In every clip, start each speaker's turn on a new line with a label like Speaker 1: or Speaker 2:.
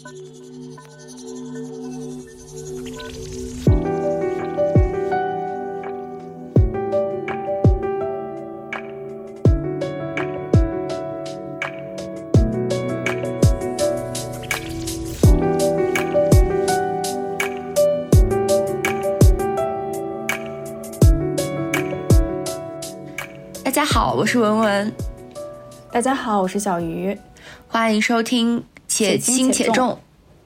Speaker 1: 大家好，我是文文。
Speaker 2: 大家好，我是小鱼。
Speaker 1: 欢迎收听且轻且重。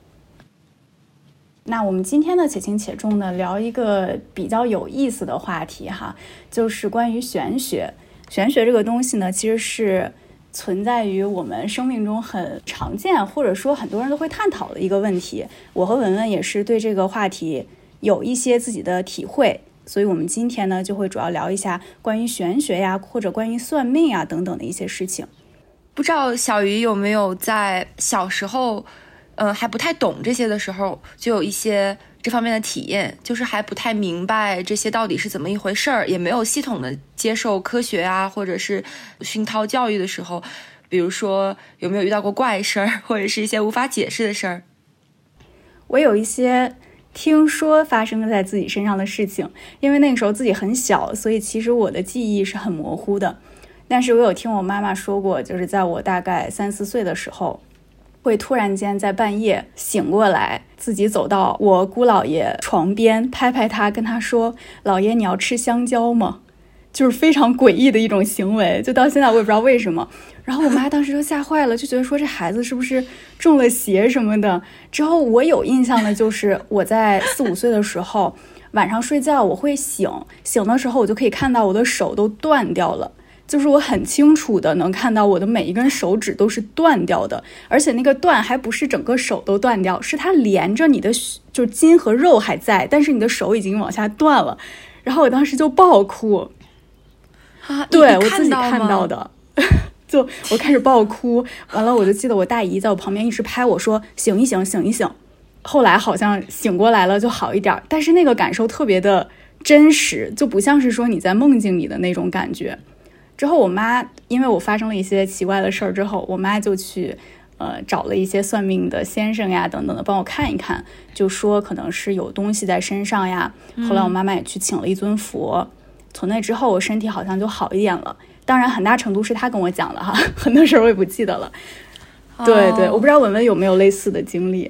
Speaker 2: 那我们今天的且轻且重呢，聊一个比较有意思的话题哈，就是关于玄学。玄学这个东西呢，其实是存在于我们生命中很常见，或者说很多人都会探讨的一个问题。我和文文也是对这个话题有一些自己的体会，所以我们今天呢就会主要聊一下关于玄学呀，或者关于算命呀等等的一些事情。
Speaker 1: 不知道小鱼有没有在小时候还不太懂这些的时候，就有一些这方面的体验，就是还不太明白这些到底是怎么一回事儿，也没有系统的接受科学啊，或者是熏陶教育的时候，比如说有没有遇到过怪事儿，或者是一些无法解释的事儿？
Speaker 2: 我有一些听说发生在自己身上的事情，因为那个时候自己很小，所以其实我的记忆是很模糊的。但是我有听我妈妈说过，就是在我大概3、4岁的时候，会突然间在半夜醒过来，自己走到我姑姥爷床边，拍拍他，跟他说：“姥爷，你要吃香蕉吗？”就是非常诡异的一种行为，就到现在我也不知道为什么。然后我妈当时就吓坏了，就觉得说这孩子是不是中了邪什么的。之后我有印象的就是我在4、5岁的时候，晚上睡觉我会醒的时候，我就可以看到我的手都断掉了。就是我很清楚的能看到我的每一根手指都是断掉的，而且那个断还不是整个手都断掉，是它连着你的就是筋和肉还在，但是你的手已经往下断了。然后我当时就爆哭
Speaker 1: 啊！
Speaker 2: 对，我自己看到的就我开始爆哭，完了我就记得我大姨在我旁边一直拍我说醒一醒醒一醒，后来好像醒过来了就好一点，但是那个感受特别的真实，就不像是说你在梦境里的那种感觉。之后我妈因为我发生了一些奇怪的事儿之后，我妈就去找了一些算命的先生呀等等的帮我看一看，就说可能是有东西在身上呀。后来我妈妈也去请了一尊佛，从那之后我身体好像就好一点了。当然很大程度是她跟我讲了哈，很多时候我也不记得了。对对，我不知道文文有没有类似的经历。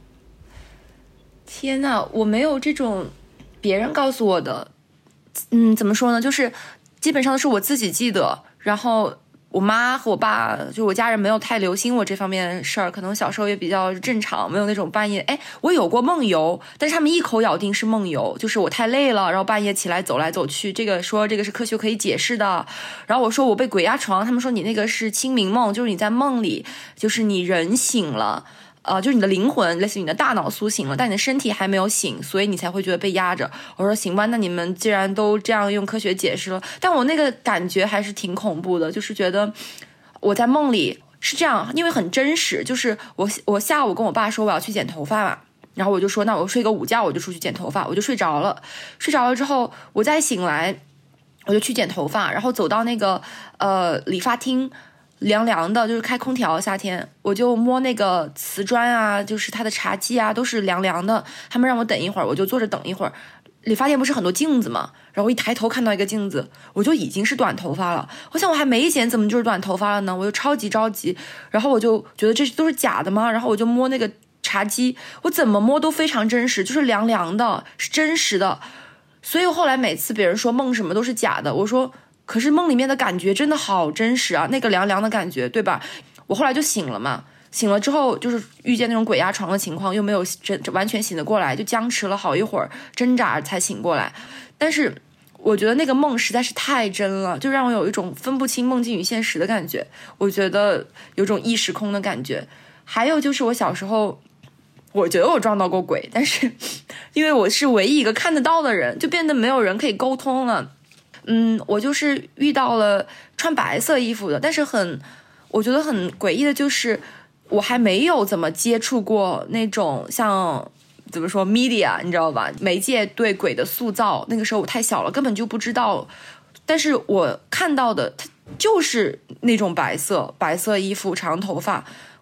Speaker 1: 天哪，我没有这种别人告诉我的。怎么说呢，就是基本上都是我自己记得，然后我妈和我爸就我家人没有太留心我这方面事儿，可能小时候也比较正常，没有那种半夜我有过梦游，但是他们一口咬定是梦游，就是我太累了，然后半夜起来走来走去，这个说这个是科学可以解释的。然后我说我被鬼压床，他们说你那个是清明梦，就是你在梦里，就是你人醒了。就是你的灵魂类似于你的大脑苏醒了，但你的身体还没有醒，所以你才会觉得被压着。我说行吧，那你们既然都这样用科学解释了，但我那个感觉还是挺恐怖的，就是觉得我在梦里是这样，因为很真实。就是我下午跟我爸说我要去剪头发嘛，然后我就说那我睡个午觉，我就出去剪头发，我就睡着了之后我再醒来，我就去剪头发，然后走到那个理发厅。凉凉的，就是开空调，夏天我就摸那个瓷砖啊，就是它的茶几啊，都是凉凉的。他们让我等一会儿，我就坐着等一会儿。理发店不是很多镜子嘛，然后我一抬头看到一个镜子，我就已经是短头发了。我想我还没剪，怎么就是短头发了呢？我就超级着急，然后我就觉得这都是假的吗？然后我就摸那个茶几，我怎么摸都非常真实，就是凉凉的，是真实的。所以后来每次别人说梦什么都是假的，我说可是梦里面的感觉真的好真实啊，那个凉凉的感觉，对吧？我后来就醒了嘛，醒了之后就是遇见那种鬼压床的情况，又没有完全醒得过来，就僵持了好一会儿，挣扎才醒过来。但是我觉得那个梦实在是太真了，就让我有一种分不清梦境与现实的感觉，我觉得有种异时空的感觉。还有就是我小时候我觉得我撞到过鬼，但是因为我是唯一一个看得到的人，就变得没有人可以沟通了。我就是遇到了穿白色衣服的，但是我觉得很诡异的就是我还没有怎么接触过那种像怎么说 media 你知道吧，媒介对鬼的塑造，那个时候我太小了根本就不知道，但是我看到的它就是那种白色衣服长头发，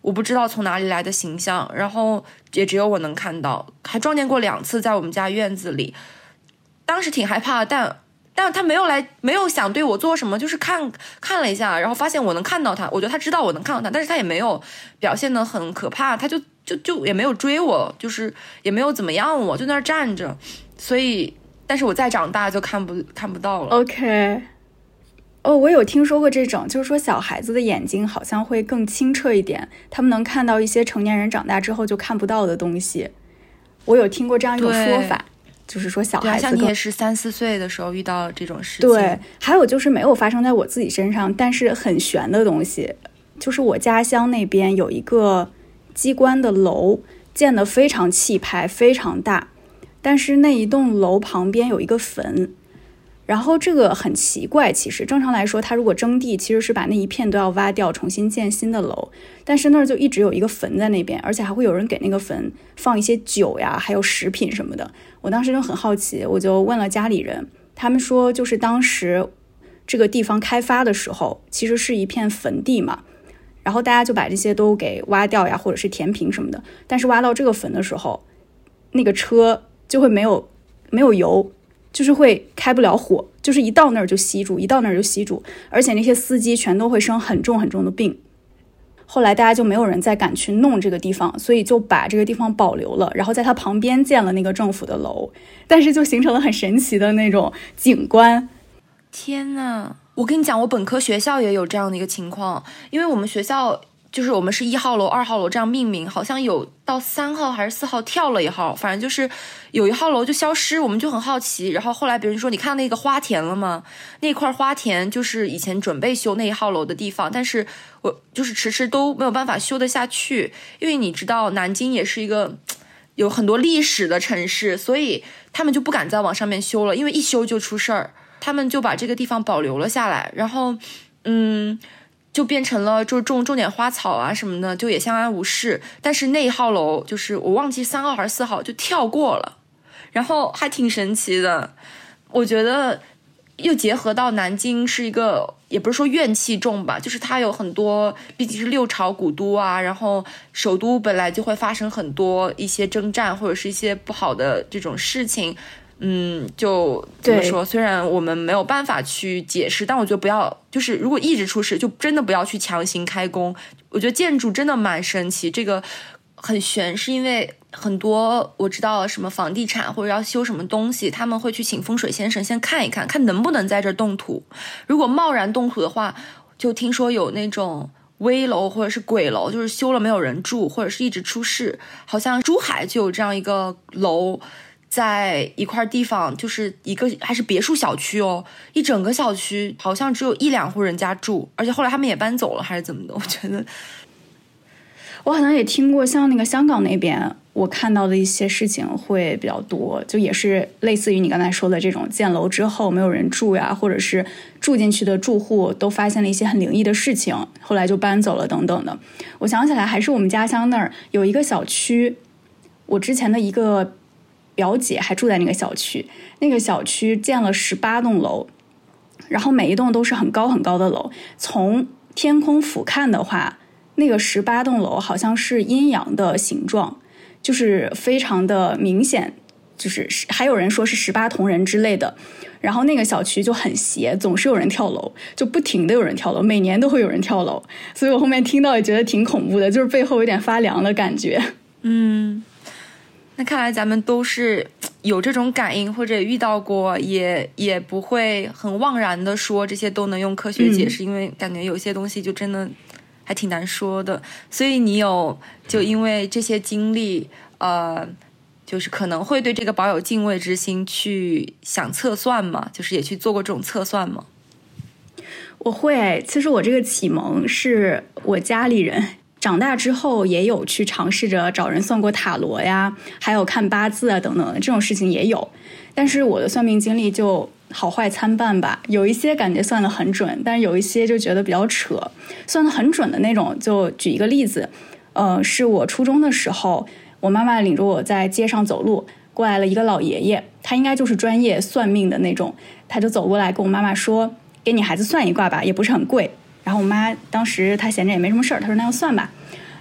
Speaker 1: 我不知道从哪里来的形象，然后也只有我能看到，还撞见过2次在我们家院子里，当时挺害怕，但他没有想对我做什么，就是看了一下，然后发现我能看到他，我觉得他知道我能看到他，但是他也没有表现得很可怕，他就也没有追我，就是也没有怎么样我，就在那儿站着，所以但是我再长大就看不到了。
Speaker 2: OK， 我有听说过这种，就是说小孩子的眼睛好像会更清澈一点，他们能看到一些成年人长大之后就看不到的东西，我有听过这样一种说法，就是说小孩子
Speaker 1: 像你也是3、4岁的时候遇到这种事情。
Speaker 2: 对，还有就是没有发生在我自己身上，但是很悬的东西，就是我家乡那边有一个机关的楼，建得非常气派，非常大，但是那一栋楼旁边有一个坟，然后这个很奇怪，其实正常来说他如果征地其实是把那一片都要挖掉重新建新的楼，但是那儿就一直有一个坟在那边，而且还会有人给那个坟放一些酒呀还有食品什么的。我当时就很好奇，我就问了家里人，他们说就是当时这个地方开发的时候其实是一片坟地嘛，然后大家就把这些都给挖掉呀或者是填平什么的，但是挖到这个坟的时候那个车就会没有油，就是会开不了火，就是一到那儿就吸住，一到那儿就吸住，而且那些司机全都会生很重很重的病。后来大家就没有人再敢去弄这个地方，所以就把这个地方保留了，然后在它旁边建了那个政府的楼，但是就形成了很神奇的那种景观。
Speaker 1: 天哪，我跟你讲，我本科学校也有这样的一个情况，因为我们学校就是我们是1号楼、2号楼这样命名，好像有到3号还是4号跳了1号，反正就是有1号楼就消失，我们就很好奇。然后后来别人说你看那个花田了吗？那块花田就是以前准备修那1号楼的地方，但是我就是迟迟都没有办法修得下去，因为你知道南京也是一个有很多历史的城市，所以他们就不敢再往上面修了，因为一修就出事儿，他们就把这个地方保留了下来，然后就变成了就种点花草啊什么的，就也相安无事。但是那1号楼就是我忘记3号还是4号就跳过了，然后还挺神奇的。我觉得又结合到南京是一个也不是说怨气重吧，就是它有很多毕竟是6朝古都啊，然后首都本来就会发生很多一些征战或者是一些不好的这种事情。就怎么说，虽然我们没有办法去解释，但我觉得不要，就是如果一直出事就真的不要去强行开工。我觉得建筑真的蛮神奇，这个很悬，是因为很多我知道什么房地产或者要修什么东西，他们会去请风水先生先看一看，看能不能在这儿动土。如果贸然动土的话，就听说有那种危楼或者是鬼楼，就是修了没有人住，或者是一直出事。好像珠海就有这样一个楼，在一块地方，就是一个还是别墅小区哦，一整个小区好像只有1、2户人家住，而且后来他们也搬走了还是怎么的。我觉得
Speaker 2: 我好像也听过像那个香港那边我看到的一些事情会比较多，就也是类似于你刚才说的这种建楼之后没有人住呀，或者是住进去的住户都发现了一些很灵异的事情，后来就搬走了等等的。我想起来还是我们家乡那儿有一个小区，我之前的一个表姐还住在那个小区，那个小区建了18栋楼，然后每一栋都是很高很高的楼，从天空俯瞰的话，那个18栋楼好像是阴阳的形状，就是非常的明显，就是还有人说是18铜人之类的。然后那个小区就很邪，总是有人跳楼，就不停的有人跳楼，每年都会有人跳楼，所以我后面听到也觉得挺恐怖的，就是背后有点发凉的感觉。
Speaker 1: 那看来咱们都是有这种感应或者遇到过，也不会很妄然的说这些都能用科学解释，因为感觉有些东西就真的还挺难说的。所以你有就因为这些经历就是可能会对这个保有敬畏之心去想测算嘛，就是也去做过这种测算吗？
Speaker 2: 我会，其实我这个启蒙是我家里人，长大之后也有去尝试着找人算过塔罗呀，还有看八字啊等等的这种事情也有，但是我的算命经历就好坏参半吧，有一些感觉算得很准，但是有一些就觉得比较扯。算得很准的那种，就举一个例子，是我初中的时候，我妈妈领着我在街上走路，过来了一个老爷爷，他应该就是专业算命的那种，他就走过来跟我妈妈说，给你孩子算一卦吧，也不是很贵。然后我妈当时她闲着也没什么事儿，她说那要算吧。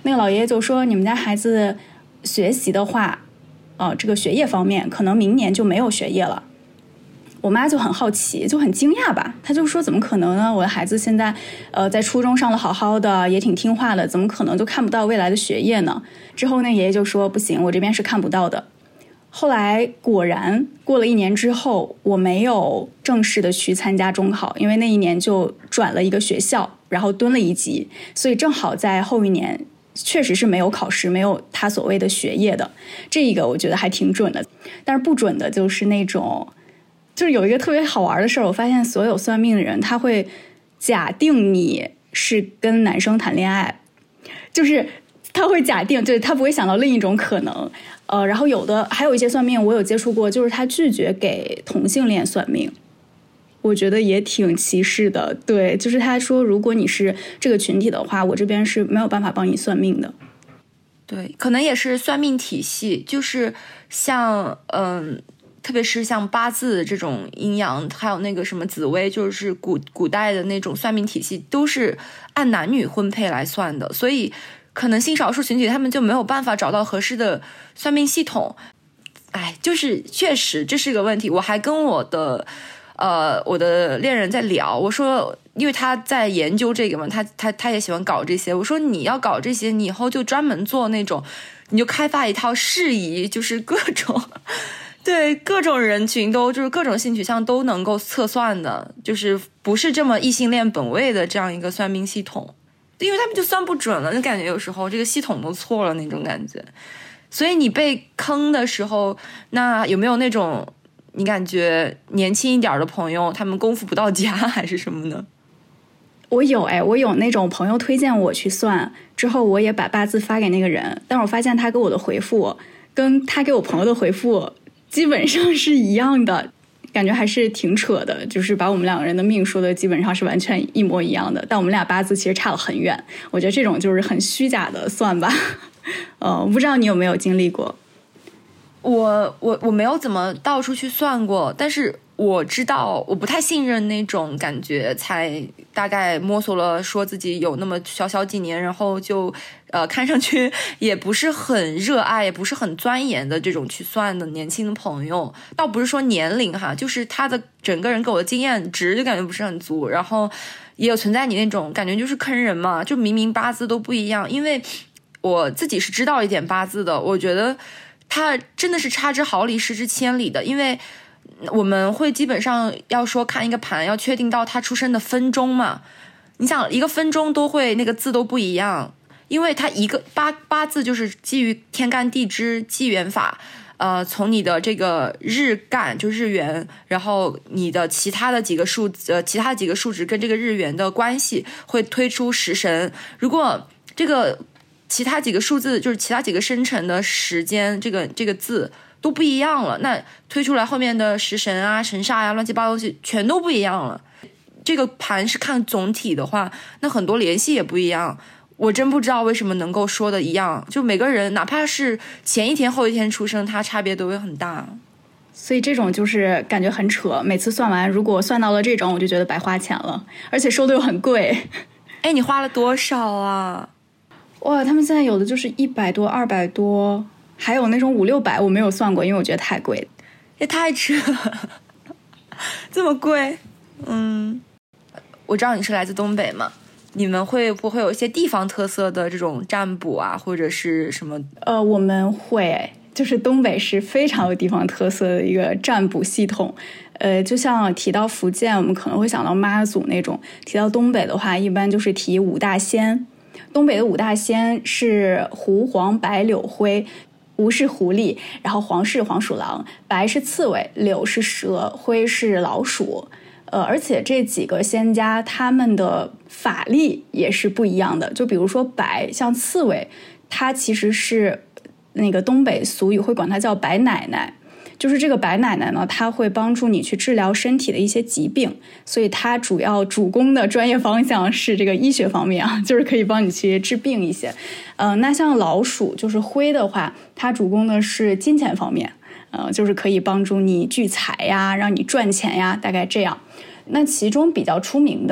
Speaker 2: 那个老爷爷就说你们家孩子学习的话，这个学业方面可能明年就没有学业了。我妈就很好奇，就很惊讶吧，她就说怎么可能呢？我的孩子现在在初中上的好好的，也挺听话的，怎么可能就看不到未来的学业呢？之后那爷爷就说不行，我这边是看不到的。后来果然过了1年之后，我没有正式的去参加中考，因为那一年就转了一个学校，然后蹲了1级，所以正好在后1年确实是没有考试，没有他所谓的学业的。这个我觉得还挺准的。但是不准的就是那种，就是有一个特别好玩的事儿，我发现所有算命的人他会假定你是跟男生谈恋爱，就是他会假定，对，他不会想到另一种可能。然后还有一些算命我有接触过，就是他拒绝给同性恋算命，我觉得也挺歧视的。对，就是他说如果你是这个群体的话，我这边是没有办法帮你算命的。
Speaker 1: 对，可能也是算命体系，就是像特别是像八字这种阴阳，还有那个什么紫微，就是古代的那种算命体系，都是按男女婚配来算的，所以可能性少数群体他们就没有办法找到合适的算命系统。就是确实这是个问题。我还跟我的恋人在聊，我说因为他在研究这个嘛，他也喜欢搞这些，我说你要搞这些，你以后就专门做那种，你就开发一套适宜，就是各种对各种人群都，就是各种性取向都能够测算的，就是不是这么异性恋本位的这样一个算命系统，因为他们就算不准了，就感觉有时候这个系统都错了那种感觉。所以你被坑的时候，那有没有那种你感觉年轻一点的朋友，他们功夫不到家还是什么呢？
Speaker 2: 我有那种朋友推荐我去算，之后我也把八字发给那个人，但是我发现他给我的回复跟他给我朋友的回复基本上是一样的，感觉还是挺扯的，就是把我们2个人的命说的基本上是完全一模一样的，但我们俩八字其实差了很远。我觉得这种就是很虚假的算吧。不知道你有没有经历过？
Speaker 1: 我没有怎么到处去算过，但是我知道我不太信任那种感觉，才大概摸索了说自己有那么小几年，然后就看上去也不是很热爱，也不是很钻研的这种去算的年轻的朋友，倒不是说年龄哈，就是他的整个人给我的经验值就感觉不是很足，然后也有存在你那种感觉就是坑人嘛，就明明八字都不一样。因为我自己是知道一点八字的，我觉得它真的是差之毫厘失之千里的，因为我们会基本上要说看一个盘要确定到他出生的分钟嘛，你想一个分钟都会那个字都不一样，因为它一个八字就是基于天干地支纪元法，从你的这个日干就日元，然后你的其他几个数值跟这个日元的关系会推出时辰，如果这个其他几个数字就是其他几个生辰的时间，这个字都不一样了，那推出来后面的食神啊、神煞呀、乱七八糟东西全都不一样了。这个盘是看总体的话，那很多联系也不一样。我真不知道为什么能够说的一样，就每个人哪怕是前一天后一天出生，它差别都会很大。
Speaker 2: 所以这种就是感觉很扯，每次算完如果算到了这种，我就觉得白花钱了，而且收的又很贵。
Speaker 1: 你花了多少啊？
Speaker 2: 哇，他们现在有的就是100多、200多，还有那种500、600，我没有算过，因为我觉得太贵，
Speaker 1: 也太扯了，这么贵。我知道你是来自东北嘛，你们会不会有一些地方特色的这种占卜啊，或者是什么？
Speaker 2: 我们会，就是东北是非常有地方特色的一个占卜系统。就像提到福建，我们可能会想到妈祖那种；提到东北的话，一般就是提5大仙。东北的5大仙是狐、黄、白、柳、灰。狐是狐狸，然后黄是黄鼠狼，白是刺猬，柳是蛇，灰是老鼠。而且这几个仙家他们的法力也是不一样的。就比如说白，像刺猬，它其实是那个东北俗语会管它叫白奶奶。就是这个白奶奶呢，她会帮助你去治疗身体的一些疾病，所以她主攻的专业方向是这个医学方面啊，就是可以帮你去治病一些。那像老鼠就是灰的话，它主攻的是金钱方面，就是可以帮助你聚财呀，让你赚钱呀，大概这样。那其中比较出名的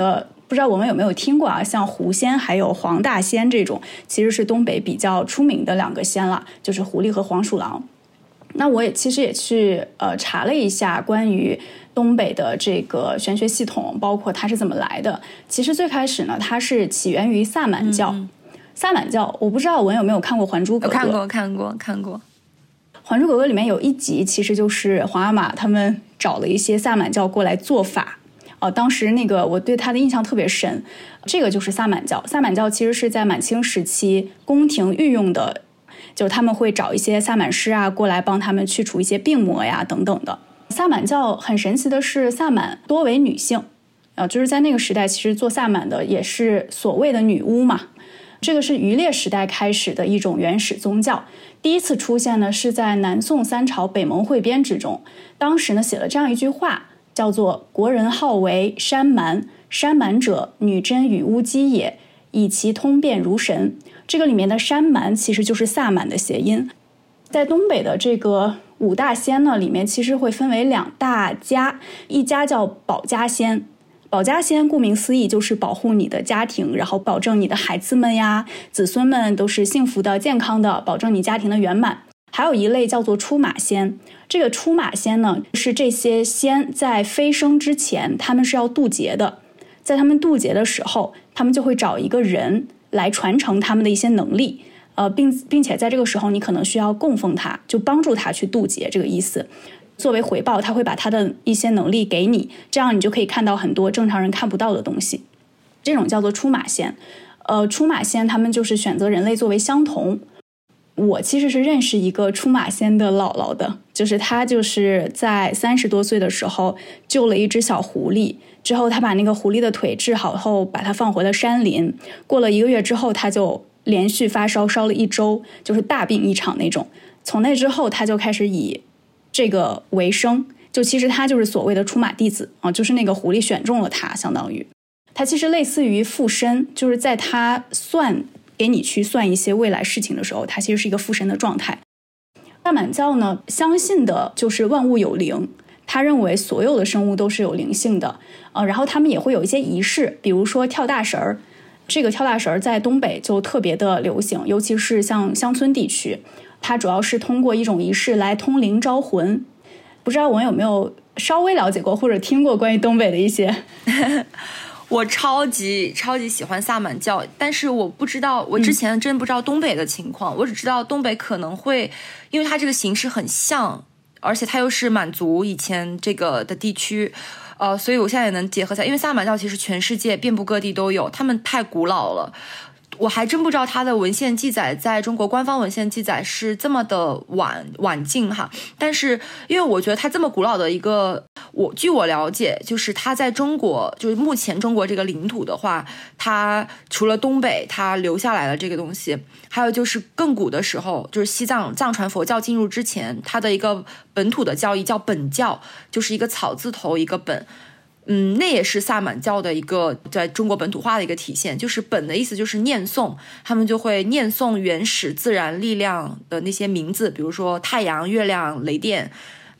Speaker 2: 不知道我们有没有听过啊？像狐仙还有黄大仙这种，其实是东北比较出名的2个仙了，就是狐狸和黄鼠狼。那我其实也去查了一下关于东北的这个玄学系统，包括它是怎么来的。其实最开始呢，它是起源于萨满教。萨满教，我不知道文有没有看过《还珠格格》？
Speaker 1: 看过。《
Speaker 2: 还珠格格》里面有一集，其实就是皇阿玛他们找了一些萨满教过来做法。当时那个我对他的印象特别深，这个就是萨满教。萨满教其实是在满清时期宫廷御用的，就是他们会找一些萨满师啊过来帮他们去除一些病魔呀等等的。萨满教很神奇的是，萨满多为女性，就是在那个时代，其实做萨满的也是所谓的女巫嘛。这个是渔猎时代开始的一种原始宗教，第一次出现呢是在南宋3朝北蒙汇编之中，当时呢写了这样一句话，叫做国人号为山蛮，山蛮者，女真与巫姬也，以其通变如神。这个里面的山蛮其实就是萨满的谐音。在东北的这个5大仙呢，里面其实会分为2大家，一家叫保家仙。保家仙顾名思义就是保护你的家庭，然后保证你的孩子们呀、子孙们都是幸福的、健康的，保证你家庭的圆满。还有一类叫做出马仙，这个出马仙呢，是这些仙在飞升之前，他们是要渡劫的。在他们渡劫的时候，他们就会找一个人来传承他们的一些能力，并且在这个时候你可能需要供奉他，就帮助他去渡劫这个意思。作为回报，他会把他的一些能力给你，这样你就可以看到很多正常人看不到的东西。这种叫做出马仙。出马仙他们就是选择人类作为相同。我其实是认识一个出马仙的姥姥的，就是他就是在30多岁的时候救了一只小狐狸，之后他把那个狐狸的腿治好后，把它放回了山林。过了1个月之后，他就连续发烧，烧了1周，就是大病一场那种。从那之后，他就开始以这个为生，就其实他就是所谓的出马弟子啊，就是那个狐狸选中了他，相当于他其实类似于附身，就是在他给你去算一些未来事情的时候，他其实是一个附身的状态。萨满教呢，相信的就是万物有灵，他认为所有的生物都是有灵性的，然后他们也会有一些仪式，比如说跳大神儿。这个跳大神儿在东北就特别的流行，尤其是像乡村地区，它主要是通过一种仪式来通灵招魂。不知道我有没有稍微了解过或者听过关于东北的一些
Speaker 1: 我超级喜欢萨满教，但是我不知道，我之前真不知道东北的情况，我只知道东北可能会，因为它这个形式很像，而且它又是满族以前这个的地区，所以我现在也能结合起来，因为萨满教其实全世界遍布各地都有，他们太古老了。我还真不知道它的文献记载在中国官方文献记载是这么的晚近哈，但是因为我觉得它这么古老的一个，据我了解，就是它在中国，就是目前中国这个领土的话，它除了东北它留下来了这个东西，还有就是更古的时候，就是西藏藏传佛教进入之前，它的一个本土的教义叫本教，就是一个草字头一个本。那也是萨满教的一个在中国本土化的一个体现，就是本的意思就是念诵，他们就会念诵原始自然力量的那些名字，比如说太阳、月亮、雷电，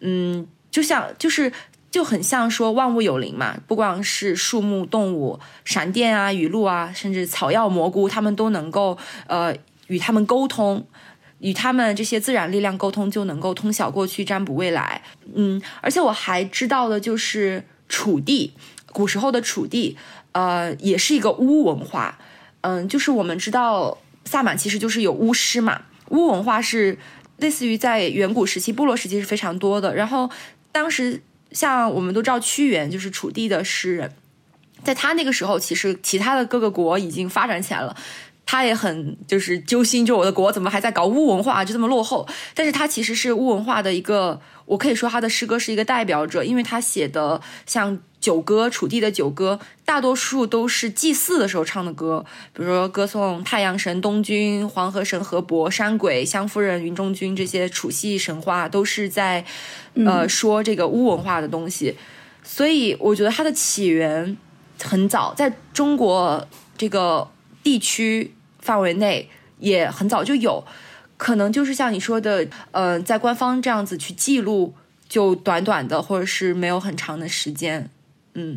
Speaker 1: 就很像说万物有灵嘛，不光是树木、动物、闪电啊、雨露啊，甚至草药、蘑菇，他们都能够与他们沟通。与他们这些自然力量沟通，就能够通晓过去、占卜未来。而且我还知道的就是楚地，古时候的楚地，也是一个巫文化。就是我们知道萨满其实就是有巫师嘛，巫文化是类似于在远古时期、部落时期是非常多的。然后当时像我们都知道屈原就是楚地的诗人，在他那个时候，其实其他的各个国已经发展起来了。他也很就是揪心，就我的国怎么还在搞巫文化，就这么落后。但是他其实是巫文化的一个，我可以说他的诗歌是一个代表者，因为他写的像九歌，楚地的九歌，大多数都是祭祀的时候唱的歌，比如说歌颂太阳神东君、黄河神河伯、山鬼、湘夫人、云中君，这些楚系神话都是在说这个巫文化的东西。所以我觉得它的起源很早，在中国这个地区范围内也很早就有，可能就是像你说的，在官方这样子去记录，就短短的或者是没有很长的时间。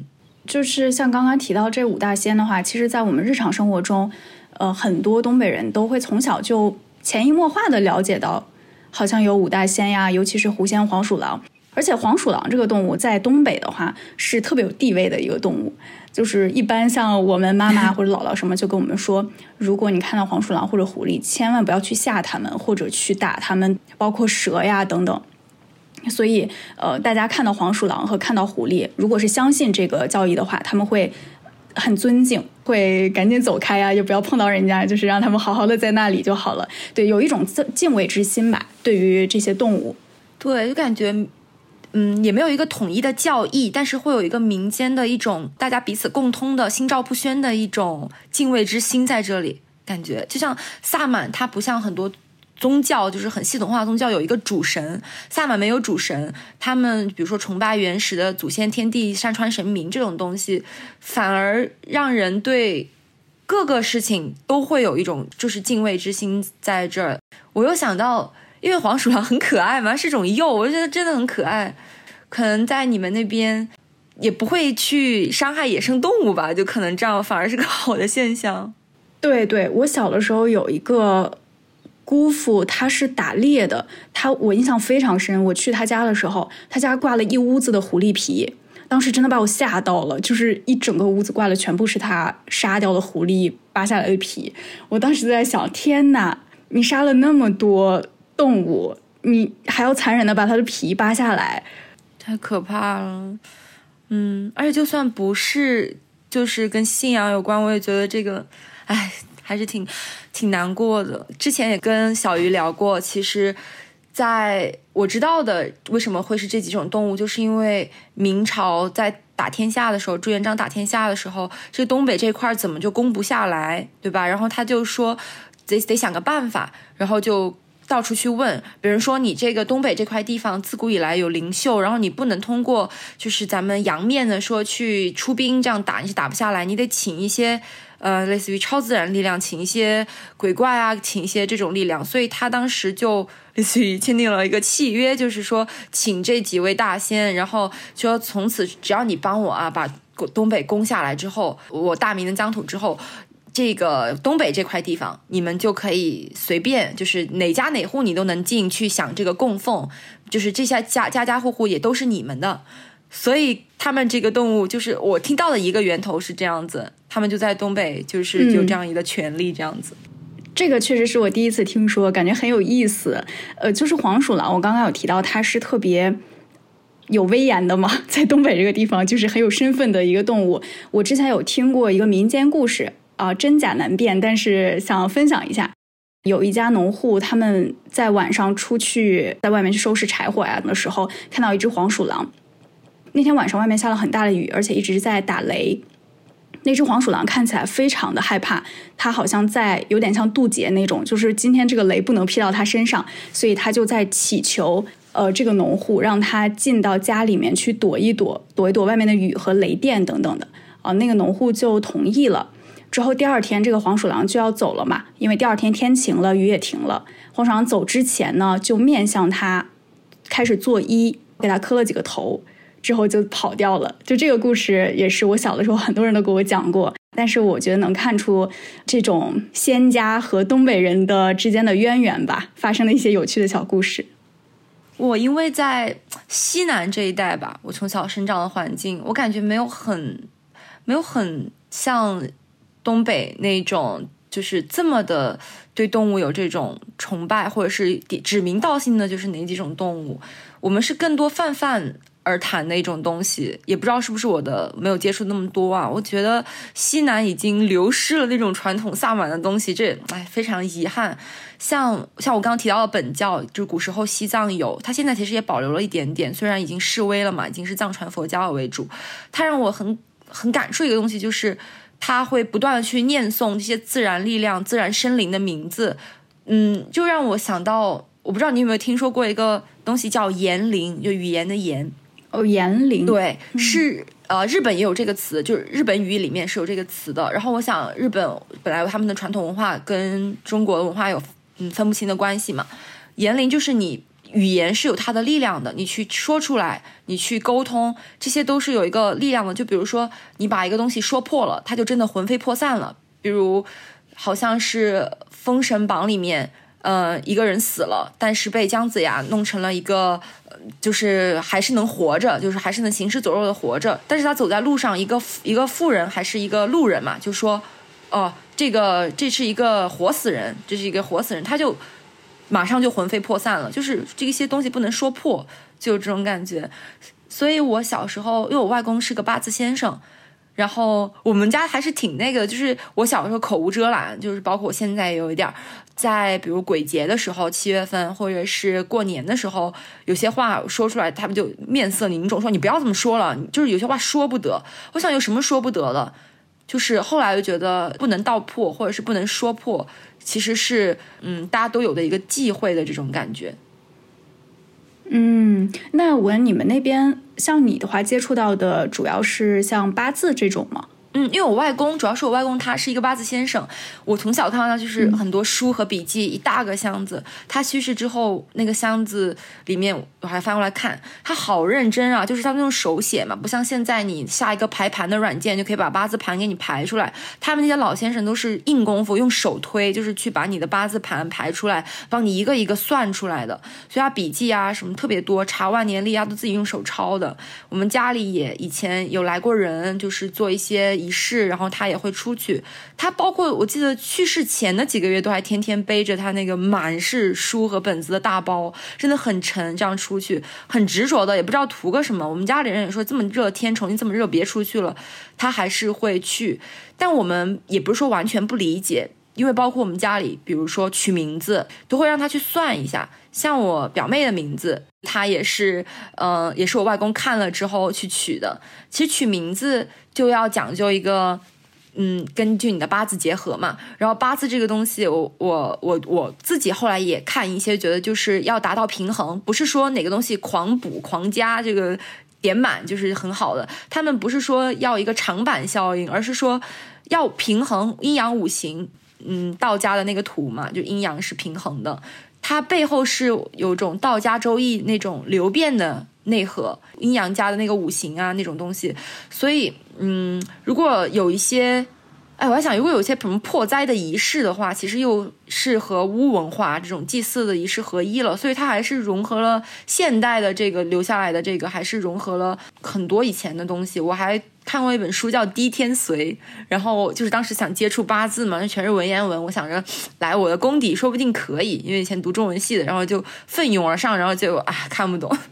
Speaker 2: 就是像刚刚提到这5大仙的话，其实在我们日常生活中，很多东北人都会从小就潜移默化的了解到，好像有5大仙呀，尤其是狐仙、黄鼠狼。而且黄鼠狼这个动物在东北的话是特别有地位的一个动物，就是一般像我们妈妈或者姥姥什么就跟我们说，如果你看到黄鼠狼或者狐狸，千万不要去吓它们或者去打它们，包括蛇呀等等。所以大家看到黄鼠狼和看到狐狸，如果是相信这个教义的话，他们会很尊敬，会赶紧走开呀，也不要碰到人家，就是让他们好好的在那里就好了。对，有一种敬畏之心吧，对于这些动物。
Speaker 1: 对，就感觉也没有一个统一的教义，但是会有一个民间的一种大家彼此共通的心照不宣的一种敬畏之心在这里。感觉就像萨满，它不像很多宗教就是很系统化的宗教有一个主神，萨满没有主神，他们比如说崇拜原始的祖先天地山川神明这种东西，反而让人对各个事情都会有一种就是敬畏之心在这儿。我又想到因为黄鼠狼很可爱嘛，是种鼬，我觉得真的很可爱，可能在你们那边也不会去伤害野生动物吧，就可能这样反而是个好的现象。
Speaker 2: 对对，我小的时候有一个姑父，他是打猎的，我印象非常深，我去他家的时候，他家挂了一屋子的狐狸皮，当时真的把我吓到了，就是一整个屋子挂了全部是他杀掉的狐狸扒下来的皮。我当时就在想，天哪，你杀了那么多动物，你还要残忍的把它的皮扒下来，
Speaker 1: 太可怕了。而且就算不是就是跟信仰有关，我也觉得这个还是挺难过的。之前也跟小鱼聊过，其实在我知道的为什么会是这几种动物，就是因为明朝在打天下的时候，朱元璋打天下的时候，这东北这块怎么就攻不下来，对吧？然后他就说得想个办法，然后就到处去问别人说，你这个东北这块地方自古以来有灵秀，然后你不能通过就是咱们阳面的说去出兵这样打，你是打不下来，你得请一些类似于超自然力量，请一些鬼怪啊，请一些这种力量。所以他当时就类似于签订了一个契约，就是说请这几位大仙，然后说从此只要你帮我啊把东北攻下来之后，我大明的疆土之后，这个东北这块地方你们就可以随便，就是哪家哪户你都能进去享这个供奉，就是这些家家户户也都是你们的。所以他们这个动物就是我听到的一个源头是这样子，他们就在东北就是有这样一个权利这样子。
Speaker 2: 这个确实是我第一次听说，感觉很有意思。就是黄鼠狼，我刚刚有提到它是特别有威严的嘛，在东北这个地方就是很有身份的一个动物。我之前有听过一个民间故事真假难辨，但是想分享一下。有一家农户，他们在晚上出去在外面去收拾柴火呀的时候，看到一只黄鼠狼。那天晚上外面下了很大的雨，而且一直在打雷。那只黄鼠狼看起来非常的害怕，它好像在有点像渡劫那种，就是今天这个雷不能劈到它身上，所以它就在祈求这个农户让他进到家里面去躲一躲外面的雨和雷电等等的。那个农户就同意了。之后第二天这个黄鼠狼就要走了嘛，因为第二天天晴了，雨也停了。黄鼠狼走之前呢，就面向他开始作揖，给他磕了几个头，之后就跑掉了。就这个故事也是我小的时候很多人都给我讲过，但是我觉得能看出这种仙家和东北人的之间的渊源吧，发生的一些有趣的小故事。
Speaker 1: 我因为在西南这一带吧，我从小生长的环境，我感觉没有很像东北那种就是这么的对动物有这种崇拜，或者是指名道姓的就是哪几种动物。我们是更多泛而谈的一种东西，也不知道是不是我的没有接触那么多啊。我觉得西南已经流失了那种传统萨满的东西，这非常遗憾。像我刚刚提到的本教，就是古时候西藏有，它现在其实也保留了一点点，虽然已经式微了嘛，已经是藏传佛教为主。它让我很感触一个东西，就是他会不断的去念诵这些自然力量、自然生灵的名字，就让我想到，我不知道你有没有听说过一个东西叫言灵，就语言的言。
Speaker 2: 言灵，
Speaker 1: 对，是日本也有这个词，就是日本语里面是有这个词的。然后我想，日本本来他们的传统文化跟中国的文化有分不清的关系嘛。言灵就是你语言是有它的力量的，你去说出来，你去沟通，这些都是有一个力量的。就比如说你把一个东西说破了，它就真的魂飞魄散了。比如好像是《封神榜》里面一个人死了，但是被姜子牙弄成了一个就是还是能活着，就是还是能行尸走肉的活着，但是他走在路上，一个妇人还是一个路人嘛，就说这是一个活死人，这是一个活死人，他就马上就魂飞魄散了，就是这些东西不能说破，就有这种感觉。所以我小时候，因为我外公是个八字先生，然后我们家还是挺那个，就是我小时候口无遮拦，就是包括我现在也有一点，在比如鬼节的时候，7月份或者是过年的时候，有些话说出来，他们就面色凝重，说你不要这么说了，就是有些话说不得。我想有什么说不得的？就是后来就觉得不能道破，或者是不能说破，其实是大家都有的一个忌讳的这种感觉。
Speaker 2: 那你们那边像你的话，接触到的主要是像八字这种吗？
Speaker 1: 因为我外公，主要是我外公他是一个八字先生，我从小看到他就是很多书和笔记，一大个箱子。他去世之后，那个箱子里面我还翻过来看，他好认真啊，就是他们用手写嘛，不像现在你下一个排盘的软件就可以把八字盘给你排出来。他们那些老先生都是硬功夫，用手推，就是去把你的八字盘排出来，帮你一个一个算出来的。所以他笔记啊什么特别多，查万年历啊都自己用手抄的。我们家里也以前有来过人，就是做一些仪式，然后他也会出去。他包括我记得去世前的几个月都还天天背着他那个满是书和本子的大包，真的很沉，这样出去很执着的，也不知道图个什么。我们家里人也说这么热天，重庆这么热，别出去了，他还是会去。但我们也不是说完全不理解，因为包括我们家里比如说取名字都会让他去算一下，像我表妹的名字他也是我外公看了之后去取的。其实取名字就要讲究一个根据你的八字结合嘛。然后八字这个东西我自己后来也看一些，觉得就是要达到平衡，不是说哪个东西狂补狂加这个点满就是很好的。他们不是说要一个长板效应，而是说要平衡阴阳五行。道家的那个图嘛，就阴阳是平衡的，它背后是有种道家周易那种流变的内核，阴阳家的那个五行啊那种东西。所以如果有一些我在想，如果有一些什么破灾的仪式的话，其实又是和巫文化这种祭祀的仪式合一了，所以它还是融合了现代的这个留下来的这个，还是融合了很多以前的东西。我还看过一本书叫《滴天髓》，然后就是当时想接触八字嘛，全是文言文，我想着来我的功底说不定可以，因为以前读中文系的，然后就奋勇而上，然后就看不懂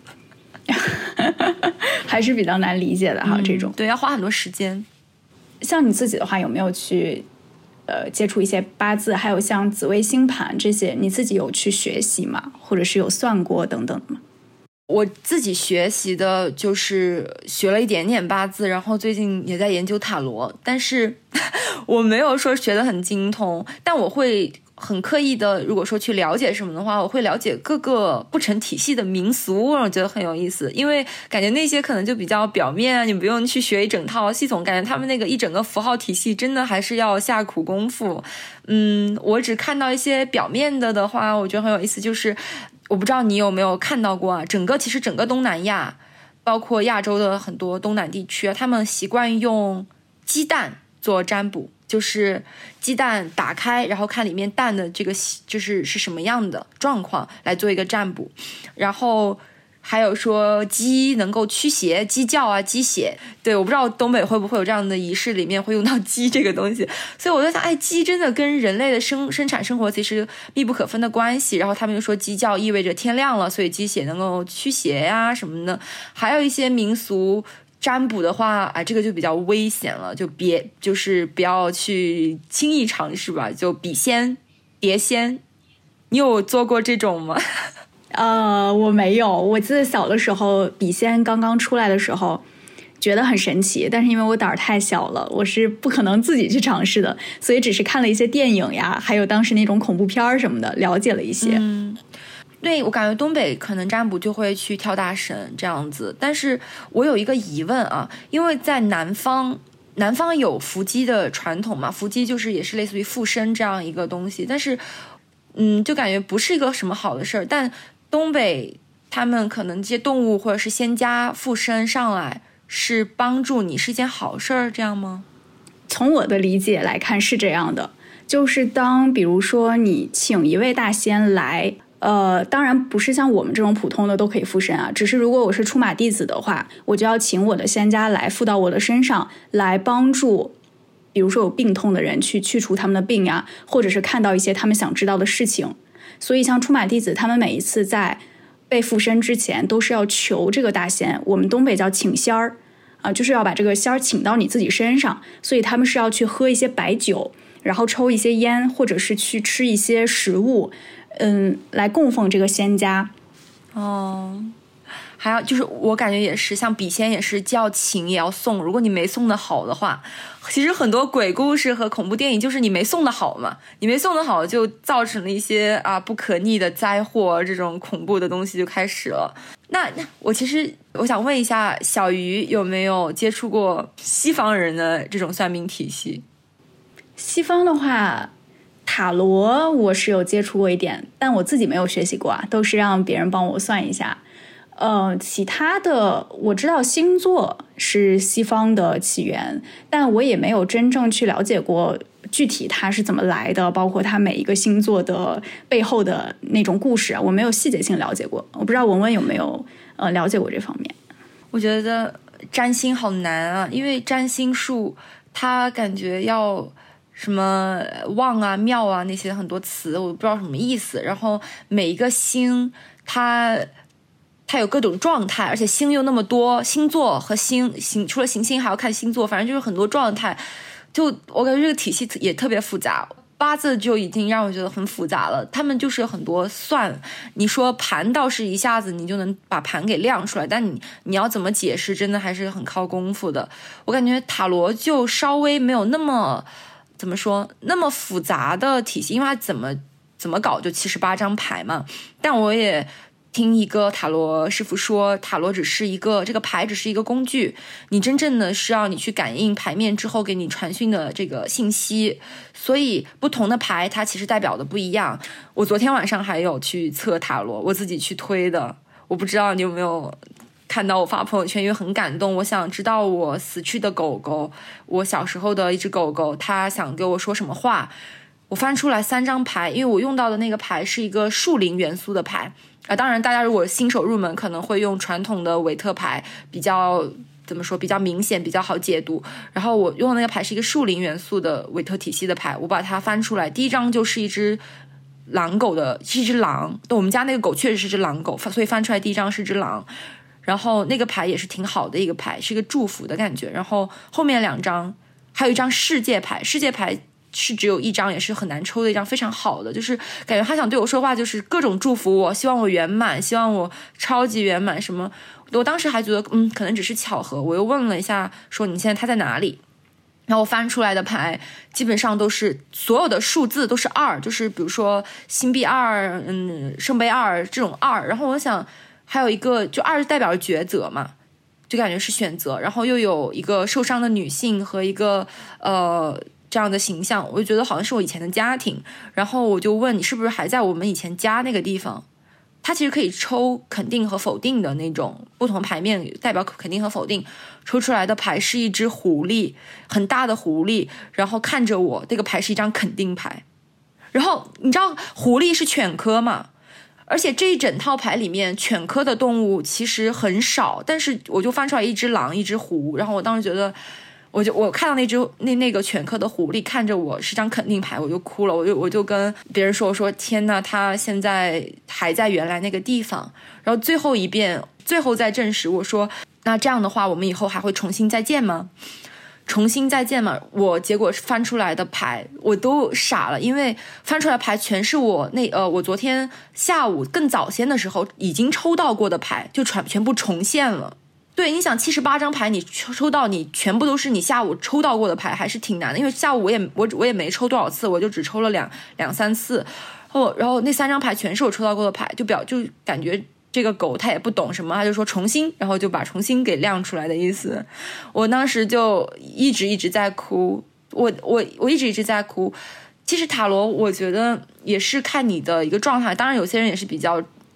Speaker 2: 还是比较难理解的哈，这种
Speaker 1: 对，要花很多时间。
Speaker 2: 像你自己的话，有没有去接触一些八字，还有像紫微星盘这些，你自己有去学习吗？或者是有算过等等吗？
Speaker 1: 我自己学习的就是学了一点点八字，然后最近也在研究塔罗，但是我没有说学得很精通，但我会很刻意的，如果说去了解什么的话，我会了解各个不成体系的民俗，我觉得很有意思，因为感觉那些可能就比较表面啊，你不用去学一整套系统，感觉他们那个一整个符号体系真的还是要下苦功夫。我只看到一些表面的话，我觉得很有意思，就是我不知道你有没有看到过啊，其实整个东南亚，包括亚洲的很多东南地区啊，他们习惯用鸡蛋做占卜，就是鸡蛋打开，然后看里面蛋的这个就是什么样的状况来做一个占卜。然后还有说鸡能够驱邪，鸡叫啊，鸡血。对，我不知道东北会不会有这样的仪式，里面会用到鸡这个东西。所以我在想，鸡真的跟人类的生产生活其实密不可分的关系。然后他们又说鸡叫意味着天亮了，所以鸡血能够驱邪呀什么的。还有一些民俗占卜的话，这个就比较危险了，就是不要去轻易尝试吧。就笔仙、碟仙，你有做过这种吗？
Speaker 2: 我没有。我记得小的时候笔仙刚刚出来的时候觉得很神奇，但是因为我胆儿太小了，我是不可能自己去尝试的，所以只是看了一些电影呀，还有当时那种恐怖片什么的，了解了一些。
Speaker 1: 对，我感觉东北可能占卜就会去跳大神这样子。但是我有一个疑问啊，因为在南方有伏击的传统嘛，伏击就是也是类似于附身这样一个东西，但是就感觉不是一个什么好的事儿。但东北他们可能这些动物或者是仙家附身上来是帮助你，是一件好事儿，这样吗？
Speaker 2: 从我的理解来看是这样的，就是当比如说你请一位大仙来，当然不是像我们这种普通的都可以附身啊，只是如果我是出马弟子的话，我就要请我的仙家来附到我的身上，来帮助比如说有病痛的人去除他们的病呀，或者是看到一些他们想知道的事情。所以像出马弟子他们每一次在被附身之前都是要求这个大仙，我们东北叫请仙儿就是要把这个仙儿请到你自己身上，所以他们是要去喝一些白酒，然后抽一些烟，或者是去吃一些食物，来供奉这个仙家。
Speaker 1: 还要就是我感觉也是，像笔仙也是既要请也要送，如果你没送的好的话，其实很多鬼故事和恐怖电影就是你没送的好嘛，你没送的好就造成了一些不可逆的灾祸，这种恐怖的东西就开始了。那我想问一下小鱼，有没有接触过西方人的这种算命体系？
Speaker 2: 西方的话，塔罗我是有接触过一点，但我自己没有学习过都是让别人帮我算一下。其他的我知道星座是西方的起源，但我也没有真正去了解过具体它是怎么来的，包括它每一个星座的背后的那种故事我没有细节性了解过。我不知道文文有没有了解过这方面。
Speaker 1: 我觉得占星好难因为占星术它感觉要什么旺妙那些很多词我不知道什么意思，然后每一个星它有各种状态，而且星又那么多，星座和除了行星还要看星座，反正就是很多状态，就我感觉这个体系也特别复杂。八字就已经让我觉得很复杂了，他们就是很多算，你说盘倒是一下子你就能把盘给亮出来，但你要怎么解释真的还是很靠功夫的。我感觉塔罗就稍微没有那么怎么说那么复杂的体系，因为它怎么搞就78张牌嘛。但我也听一个塔罗师傅说，塔罗这个牌只是一个工具，你真正的是要你去感应牌面之后给你传讯的这个信息，所以不同的牌它其实代表的不一样。我昨天晚上还有去测塔罗，我自己去推的，我不知道你有没有看到我发朋友圈，因为很感动，我想知道我死去的狗狗，我小时候的一只狗狗，它想给我说什么话。我翻出来3张牌，因为我用到的那个牌是一个树林元素的牌当然大家如果新手入门可能会用传统的韦特牌，比较怎么说比较明显，比较好解读。然后我用的那个牌是一个树林元素的韦特体系的牌，我把它翻出来，第一张就是一只狼狗是一只狼，我们家那个狗确实是只狼狗，所以翻出来第一张是只狼。然后那个牌也是挺好的一个牌，是一个祝福的感觉。然后后面2张还有一张世界牌，世界牌是只有1张，也是很难抽的一张，非常好的，就是感觉他想对我说话，就是各种祝福我，希望我圆满，希望我超级圆满什么。我当时还觉得可能只是巧合，我又问了一下说你现在他在哪里，然后我翻出来的牌基本上都是所有的数字都是2，就是比如说星币2圣杯2这种2。然后我想还有一个就2代表抉择嘛，就感觉是选择，然后又有一个受伤的女性和一个这样的形象，我就觉得好像是我以前的家庭。然后我就问你是不是还在我们以前家那个地方，它其实可以抽肯定和否定的那种不同牌面代表肯定和否定，抽出来的牌是一只狐狸，很大的狐狸，然后看着我，这个牌是一张肯定牌。然后你知道狐狸是犬科嘛，而且这一整套牌里面犬科的动物其实很少，但是我就翻出来一只狼一只狐，然后我当时觉得我看到那个犬科的狐狸看着我是张肯定牌，我就哭了，我就跟别人说，我说天哪，他现在还在原来那个地方。然后最后再证实，我说那这样的话我们以后还会重新再见吗？重新再见嘛，我结果翻出来的牌我都傻了，因为翻出来牌全是我昨天下午更早先的时候已经抽到过的牌，就全部重现了。对，你想78张牌你抽到你全部都是你下午抽到过的牌，还是挺难的，因为下午我也没抽多少次，我就只抽了两三次。然后那3张牌全是我抽到过的牌，就感觉这个狗它也不懂什么，它就说重新，然后就把重新给亮出来的意思。我当时就一直在哭，我一直在哭。其实塔罗我觉得也是看你的一个状态，当然有些人也是比较，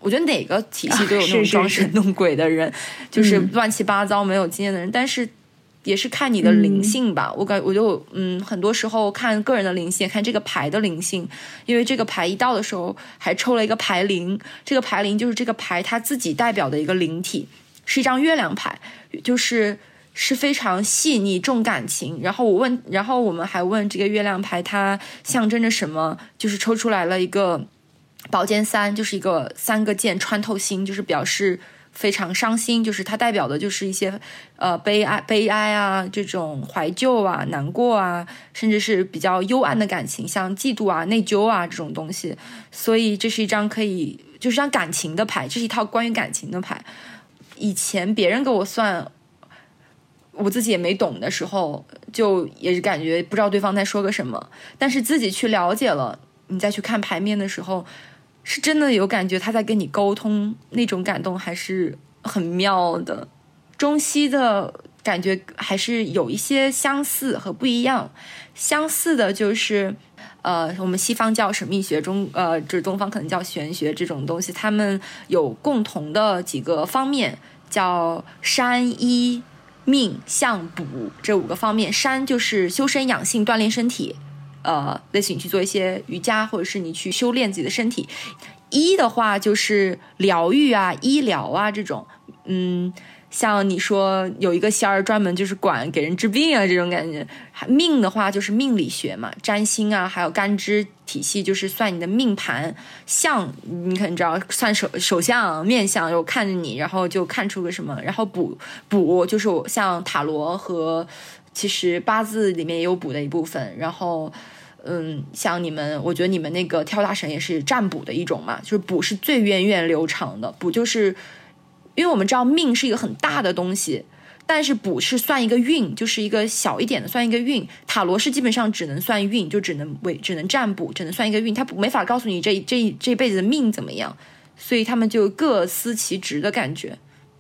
Speaker 1: 我觉得哪个体系都有那种装神弄鬼的人，就是乱七八糟没有经验的人，但是也是看你的灵性吧。我就很多时候看个人的灵性，看这个牌的灵性，因为这个牌一到的时候还抽了一个牌灵，这个牌灵就是这个牌它自己代表的一个灵体，是一张月亮牌，是非常细腻重感情。然后我们还问这个月亮牌它象征着什么，就是抽出来了一个宝剑3，就是一个3个剑穿透心，就是表示非常伤心，就是它代表的就是一些悲哀啊，这种怀旧啊，难过啊，甚至是比较幽暗的感情，像嫉妒啊内疚啊这种东西。所以这是一张就是一张感情的牌，这是一套关于感情的牌。以前别人给我算我自己也没懂的时候，就也是感觉不知道对方在说个什么，但是自己去了解了，你再去看牌面的时候，是真的有感觉他在跟你沟通，那种感动还是很妙的。中西的感觉还是有一些相似和不一样。相似的就是我们西方叫神秘学，就是东方可能叫玄学，这种东西他们有共同的几个方面，叫山医命相卜这5个方面。山就是修身养性锻炼身体，类似你去做一些瑜伽，或者是你去修炼自己的身体。医的话就是疗愈啊医疗啊这种，像你说有一个仙儿专门就是管给人治病啊这种感觉。命的话就是命理学嘛，占星啊，还有干支体系就是算你的命盘。相你可能知道算手相面相，有看着你然后就看出个什么。然后卜就是像塔罗和其实八字里面也有卜的一部分。然后像我觉得你们那个跳大神也是占卜的一种嘛，就是卜是最源远流长的。卜就是因为我们知道命是一个很大的东西，但是卜是算一个运，就是一个小一点的算一个运。塔罗是基本上只能算运，就只能占卜，只能算一个运，它没法告诉你这一辈子的命怎么样，所以他们就各司其职的感觉。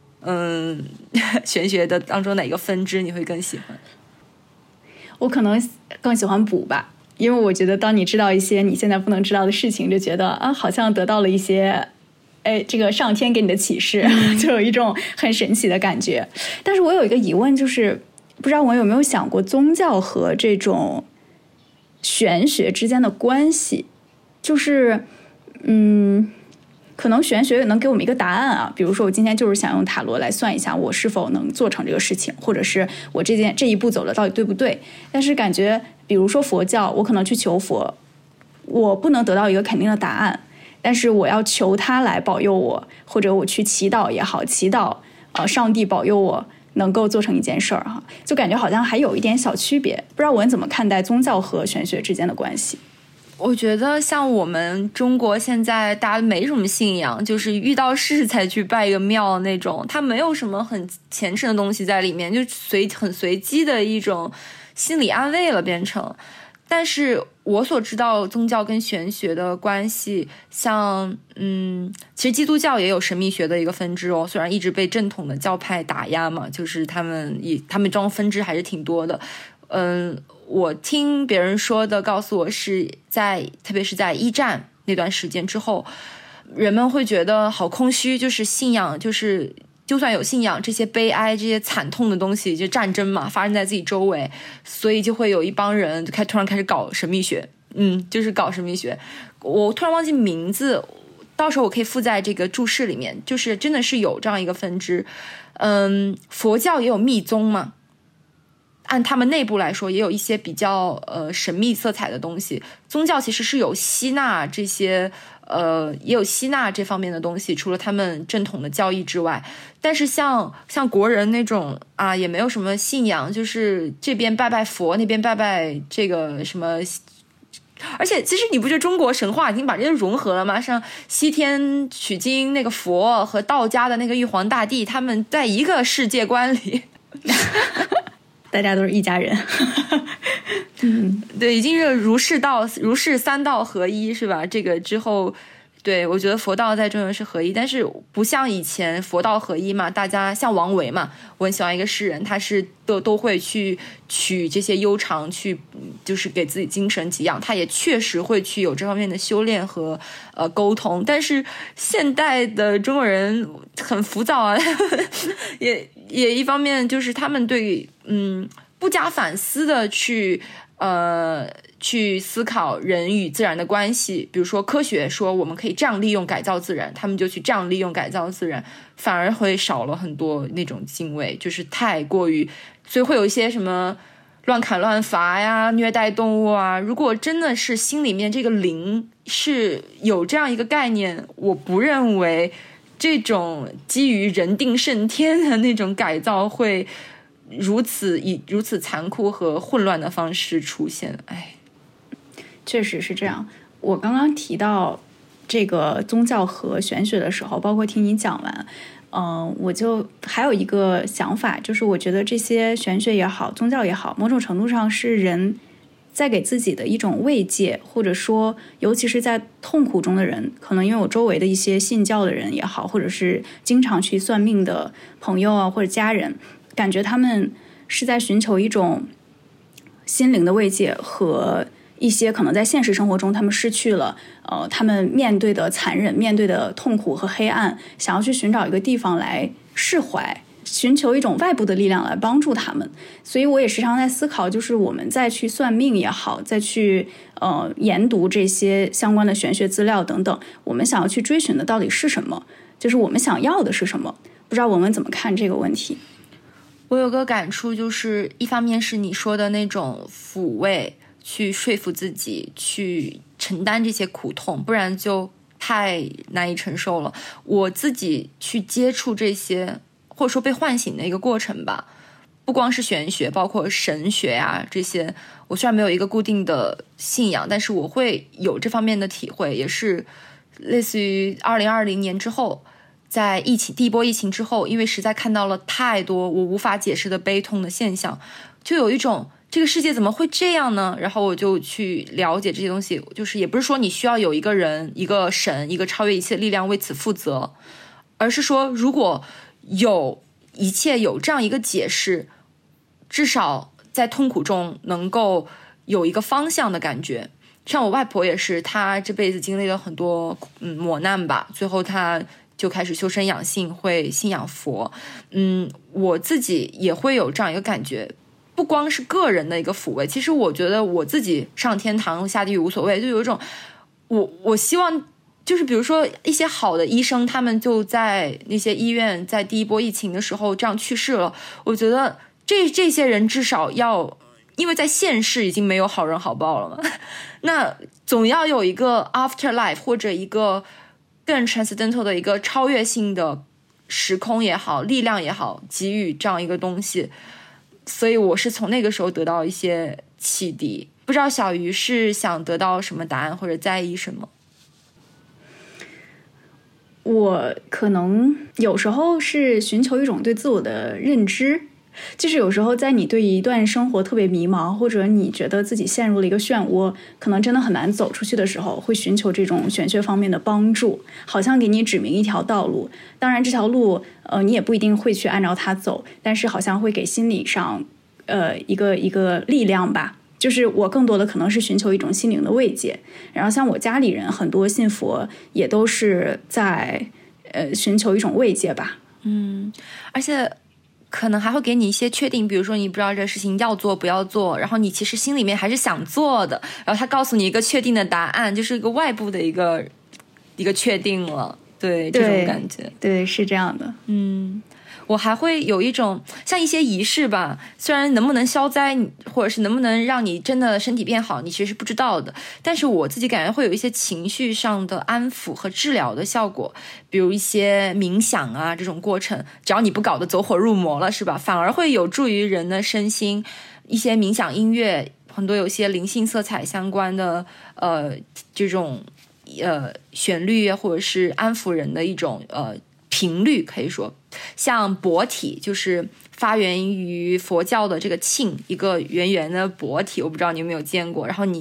Speaker 1: 玄学的当中哪个分支你会更喜欢？
Speaker 2: 我可能更喜欢卜吧，因为我觉得当你知道一些你现在不能知道的事情，就觉得好像得到了一些这个上天给你的启示，就有一种很神奇的感觉。但是我有一个疑问，就是不知道我有没有想过宗教和这种玄学之间的关系，就是可能玄学能给我们一个答案啊，比如说我今天就是想用塔罗来算一下我是否能做成这个事情，或者是我这一步走的到底对不对。但是感觉比如说佛教，我可能去求佛，我不能得到一个肯定的答案，但是我要求他来保佑我，或者我去祈祷也好，祈祷上帝保佑我能够做成一件事儿哈，就感觉好像还有一点小区别。不知道文怎么看待宗教和玄学之间的关系？
Speaker 1: 我觉得像我们中国现在大家没什么信仰，就是遇到事才去拜一个庙那种，它没有什么很虔诚的东西在里面，就很随机的一种心理安慰了变成。但是我所知道宗教跟玄学的关系，像其实基督教也有神秘学的一个分支哦，虽然一直被正统的教派打压嘛，就是他们中分支还是挺多的。我听别人说的告诉我是特别是在一战那段时间之后，人们会觉得好空虚，就是信仰就算有信仰，这些悲哀这些惨痛的东西就战争嘛发生在自己周围，所以就会有一帮人突然开始搞神秘学。就是搞神秘学，我突然忘记名字，到时候我可以附在这个注释里面，就是真的是有这样一个分支。佛教也有密宗嘛，按他们内部来说也有一些比较神秘色彩的东西。宗教其实是有吸纳这些也有吸纳这方面的东西，除了他们正统的教义之外。但是像国人那种也没有什么信仰，就是这边拜拜佛，那边拜拜这个什么。而且其实你不觉得中国神话已经把这些融合了吗？像西天取经那个佛和道家的那个玉皇大帝，他们在一个世界观里
Speaker 2: 大家都是一家人
Speaker 1: 对，已经是如是三道合一是吧？这个之后对，我觉得佛道在中原是合一，但是不像以前佛道合一嘛，大家像王维嘛，我很喜欢一个诗人，他是都会去取这些悠长去就是给自己精神给养，他也确实会去有这方面的修炼和沟通。但是现代的中国人很浮躁啊也一方面就是他们对不加反思的去思考人与自然的关系，比如说科学说我们可以这样利用改造自然，他们就去这样利用改造自然，反而会少了很多那种敬畏，就是太过于，所以会有一些什么乱砍乱伐呀，虐待动物啊。如果真的是心里面这个灵是有这样一个概念，我不认为这种基于人定胜天的那种改造会以如此残酷和混乱的方式出现。
Speaker 2: 确实是这样。我刚刚提到这个宗教和玄学的时候，包括听你讲完，我就还有一个想法，就是我觉得这些玄学也好，宗教也好，某种程度上是人在给自己的一种慰藉，或者说尤其是在痛苦中的人，可能因为我周围的一些信教的人也好，或者是经常去算命的朋友啊或者家人，感觉他们是在寻求一种心灵的慰藉和一些可能在现实生活中他们失去了他们面对的残忍，面对的痛苦和黑暗，想要去寻找一个地方来释怀，寻求一种外部的力量来帮助他们。所以我也时常在思考，就是我们再去算命也好，再去研读这些相关的玄学资料等等，我们想要去追寻的到底是什么，就是我们想要的是什么。不知道我们怎么看这个问题。
Speaker 1: 我有个感触，就是一方面是你说的那种抚慰，去说服自己去承担这些苦痛，不然就太难以承受了。我自己去接触这些，或者说被唤醒的一个过程吧，不光是玄学，包括神学啊这些，我虽然没有一个固定的信仰，但是我会有这方面的体会，也是类似于2020年之后，在第一波疫情之后，因为实在看到了太多我无法解释的悲痛的现象，就有一种这个世界怎么会这样呢？然后我就去了解这些东西，就是也不是说你需要有一个人、一个神、一个超越一切的力量为此负责，而是说如果一切有这样一个解释，至少在痛苦中能够有一个方向的感觉。像我外婆也是，她这辈子经历了很多磨难吧，最后她就开始修身养性，会信仰佛。我自己也会有这样一个感觉，不光是个人的一个抚慰，其实我觉得我自己上天堂下地狱无所谓，就有一种我希望就是比如说一些好的医生，他们就在那些医院在第一波疫情的时候这样去世了，我觉得这些人至少要，因为在现世已经没有好人好报了嘛，那总要有一个 afterlife 或者一个更 transcendental 的一个超越性的时空也好，力量也好，给予这样一个东西。所以我是从那个时候得到一些启迪。不知道小鱼是想得到什么答案或者在意什么？
Speaker 2: 我可能有时候是寻求一种对自我的认知，就是有时候在你对一段生活特别迷茫，或者你觉得自己陷入了一个漩涡，可能真的很难走出去的时候，会寻求这种玄学方面的帮助，好像给你指明一条道路。当然这条路你也不一定会去按照它走，但是好像会给心理上一个力量吧。就是我更多的可能是寻求一种心灵的慰藉，然后像我家里人很多信佛也都是在寻求一种慰藉吧。
Speaker 1: 而且可能还会给你一些确定，比如说你不知道这个事情要做不要做，然后你其实心里面还是想做的，然后他告诉你一个确定的答案，就是一个外部的一个确定了。对，这种感觉。
Speaker 2: 对，是这样的。
Speaker 1: 我还会有一种像一些仪式吧，虽然能不能消灾或者是能不能让你真的身体变好你其实是不知道的，但是我自己感觉会有一些情绪上的安抚和治疗的效果，比如一些冥想啊这种过程，只要你不搞得走火入魔了是吧，反而会有助于人的身心。一些冥想音乐很多有些灵性色彩相关的这种旋律或者是安抚人的一种频率，可以说像钵体，就是发源于佛教的这个磬，一个圆圆的钵体，我不知道你有没有见过，然后你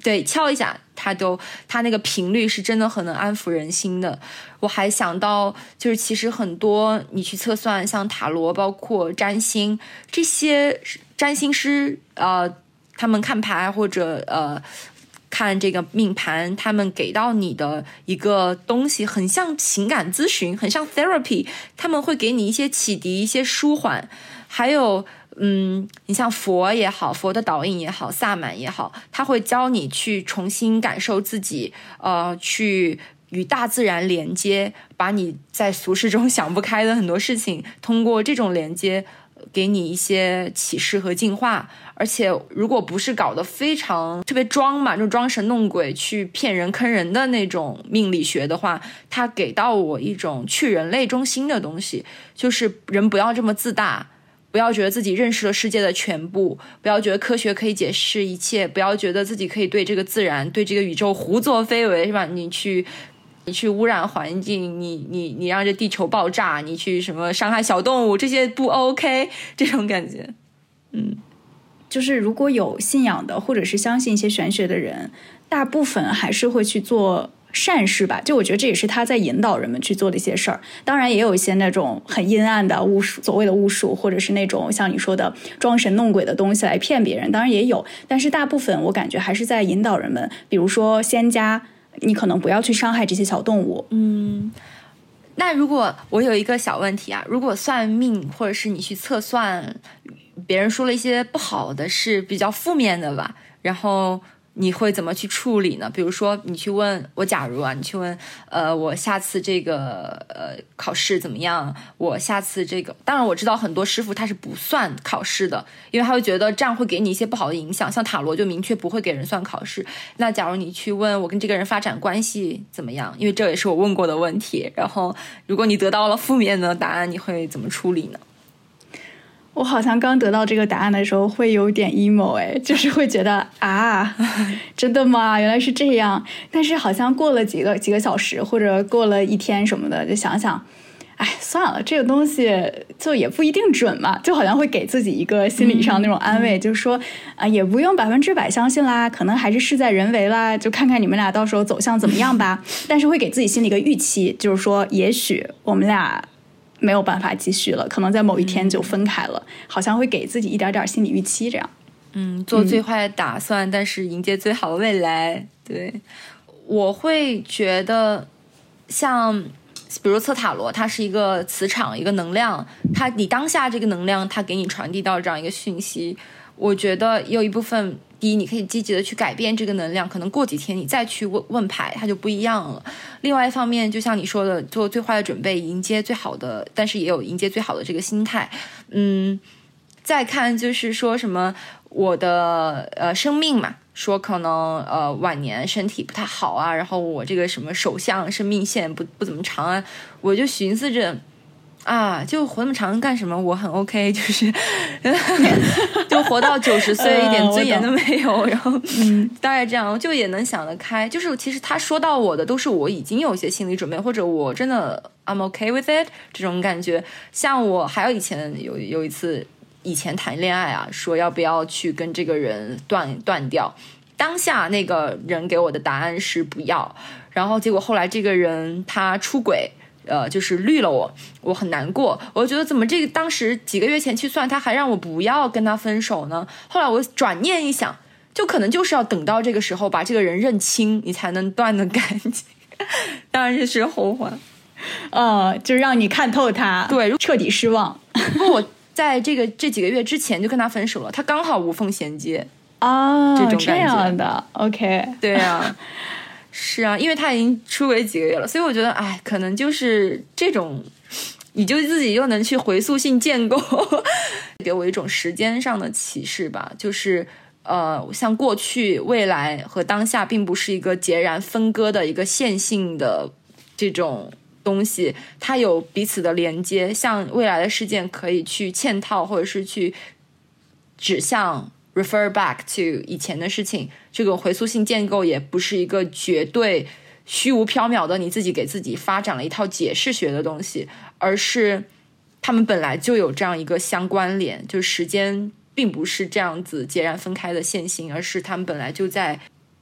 Speaker 1: 对，敲一下它那个频率是真的很能安抚人心的。我还想到就是其实很多你去测算像塔罗包括占星，这些占星师他们看牌或者看这个命盘，他们给到你的一个东西很像情感咨询，很像 therapy， 他们会给你一些启迪，一些舒缓。还有你像佛也好，佛的导引也好，萨满也好，他会教你去重新感受自己，去与大自然连接，把你在俗世中想不开的很多事情，通过这种连接给你一些启示和净化。而且如果不是搞得非常特别装嘛，就装神弄鬼去骗人坑人的那种命理学的话，它给到我一种去人类中心的东西，就是人不要这么自大，不要觉得自己认识了世界的全部，不要觉得科学可以解释一切，不要觉得自己可以对这个自然对这个宇宙胡作非为，是吧？你去污染环境，你让这地球爆炸，你去什么伤害小动物，这些不 OK， 这种感觉。
Speaker 2: 就是如果有信仰的或者是相信一些玄学的人，大部分还是会去做善事吧，就我觉得这也是他在引导人们去做的一些事儿。当然也有一些那种很阴暗的巫术，所谓的巫术，或者是那种像你说的装神弄鬼的东西来骗别人，当然也有，但是大部分我感觉还是在引导人们，比如说仙家，你可能不要去伤害这些小动物。
Speaker 1: 那如果我有一个小问题啊，如果算命或者是你去测算，别人说了一些不好的事，比较负面的吧，然后你会怎么去处理呢？比如说你去问我，假如你去问我下次这个考试怎么样，我下次这个，当然我知道很多师傅他是不算考试的，因为他会觉得这样会给你一些不好的影响，像塔罗就明确不会给人算考试。那假如你去问我跟这个人发展关系怎么样，因为这也是我问过的问题，然后如果你得到了负面的答案，你会怎么处理呢？
Speaker 2: 我好像刚得到这个答案的时候会有点 emo， 就是会觉得真的吗？原来是这样。但是好像过了几个小时，或者过了一天什么的，就想想，算了，这个东西就也不一定准嘛，就好像会给自己一个心理上那种安慰，就是说也不用100%相信啦，可能还是事在人为啦，就看看你们俩到时候走向怎么样吧。但是会给自己心里一个预期，就是说也许我们俩没有办法继续了，可能在某一天就分开了，好像会给自己一点点心理预期，这样。
Speaker 1: 做最坏的打算，但是迎接最好的未来。对，我会觉得像比如测塔罗，它是一个磁场，一个能量，你当下这个能量它给你传递到这样一个讯息，我觉得有一部分，第一你可以积极的去改变这个能量，可能过几天你再去问牌它就不一样了。另外一方面就像你说的，做最坏的准备，迎接最好的，但是也有迎接最好的这个心态。再看就是说什么我的生命嘛，说可能晚年身体不太好啊，然后我这个什么手相生命线不怎么长啊，我就寻思着就活那么长干什么？我很 OK， 就是就活到90岁一点尊严都没有，然后大概这样就也能想得开。就是其实他说到我的都是我已经有一些心理准备，或者我真的 I'm okay with it 这种感觉。像我还有以前有一次。以前谈恋爱说要不要去跟这个人断掉，当下那个人给我的答案是不要，然后结果后来这个人他出轨，就是绿了我很难过，我觉得怎么这个当时几个月前去算他还让我不要跟他分手呢？后来我转念一想，就可能就是要等到这个时候把这个人认清，你才能断得干净。当然这是后话，
Speaker 2: 就让你看透他，
Speaker 1: 对，
Speaker 2: 彻底失望。
Speaker 1: 我在这几个月之前就跟他分手了，他刚好无缝衔接这种感觉。
Speaker 2: 这样的 OK。
Speaker 1: 对啊是啊，因为他已经出轨几个月了，所以我觉得可能就是这种你就自己又能去回溯性建构给我一种时间上的启示吧，就是像过去未来和当下并不是一个截然分割的一个线性的这种东西，它有彼此的连接，像未来的事件可以去嵌套或者是去指向 refer back to 以前的事情，这个回溯性建构也不是一个绝对虚无缥缈的你自己给自己发展了一套解释学的东西，而是他们本来就有这样一个相关联，就是时间并不是这样子截然分开的线性，而是他们本来就在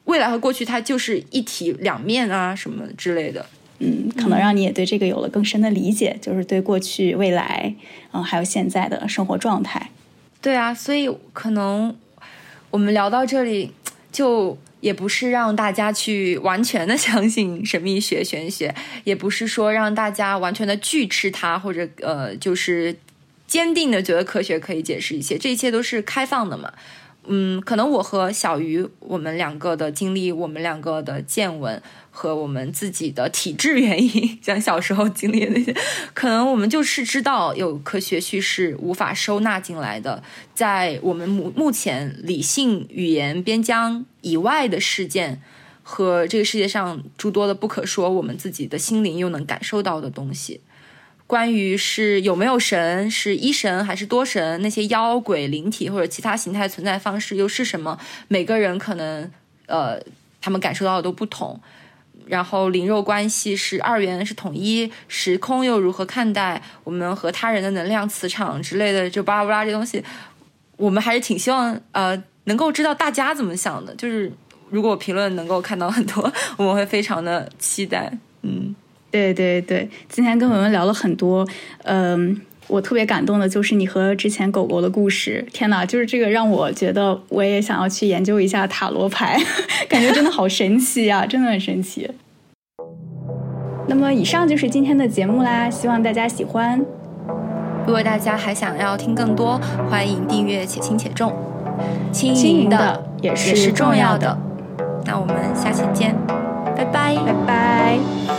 Speaker 1: 未来和过去它就是一体两面啊什么之类的。
Speaker 2: 可能让你也对这个有了更深的理解，就是对过去、未来，还有现在的生活状态。
Speaker 1: 对啊，所以可能我们聊到这里，就也不是让大家去完全的相信神秘学、玄学，也不是说让大家完全的拒斥它，或者就是坚定的觉得科学可以解释一切，这一切都是开放的嘛。可能我和小鱼我们两个的经历，我们两个的见闻和我们自己的体质原因，像小时候经历的那些，可能我们就是知道有科学叙事无法收纳进来的，在我们目前理性语言边疆以外的事件和这个世界上诸多的不可说，我们自己的心灵又能感受到的东西。关于是有没有神，是一神还是多神，那些妖鬼灵体或者其他形态存在方式又是什么，每个人可能他们感受到的都不同。然后灵肉关系是二元是统一，时空又如何看待，我们和他人的能量磁场之类的，就巴拉巴拉这东西，我们还是挺希望能够知道大家怎么想的，就是如果评论能够看到很多，我们会非常的期待。
Speaker 2: 对对对，今天跟文文聊了很多，我特别感动的就是你和之前狗狗的故事，天哪，就是这个让我觉得我也想要去研究一下塔罗牌，感觉真的好神奇啊，真的很神奇。那么以上就是今天的节目啦，希望大家喜欢。
Speaker 1: 如果大家还想要听更多，欢迎订阅且轻且重，轻
Speaker 2: 盈的也是重要的。
Speaker 1: 那我们下期见，拜拜，
Speaker 2: 拜拜。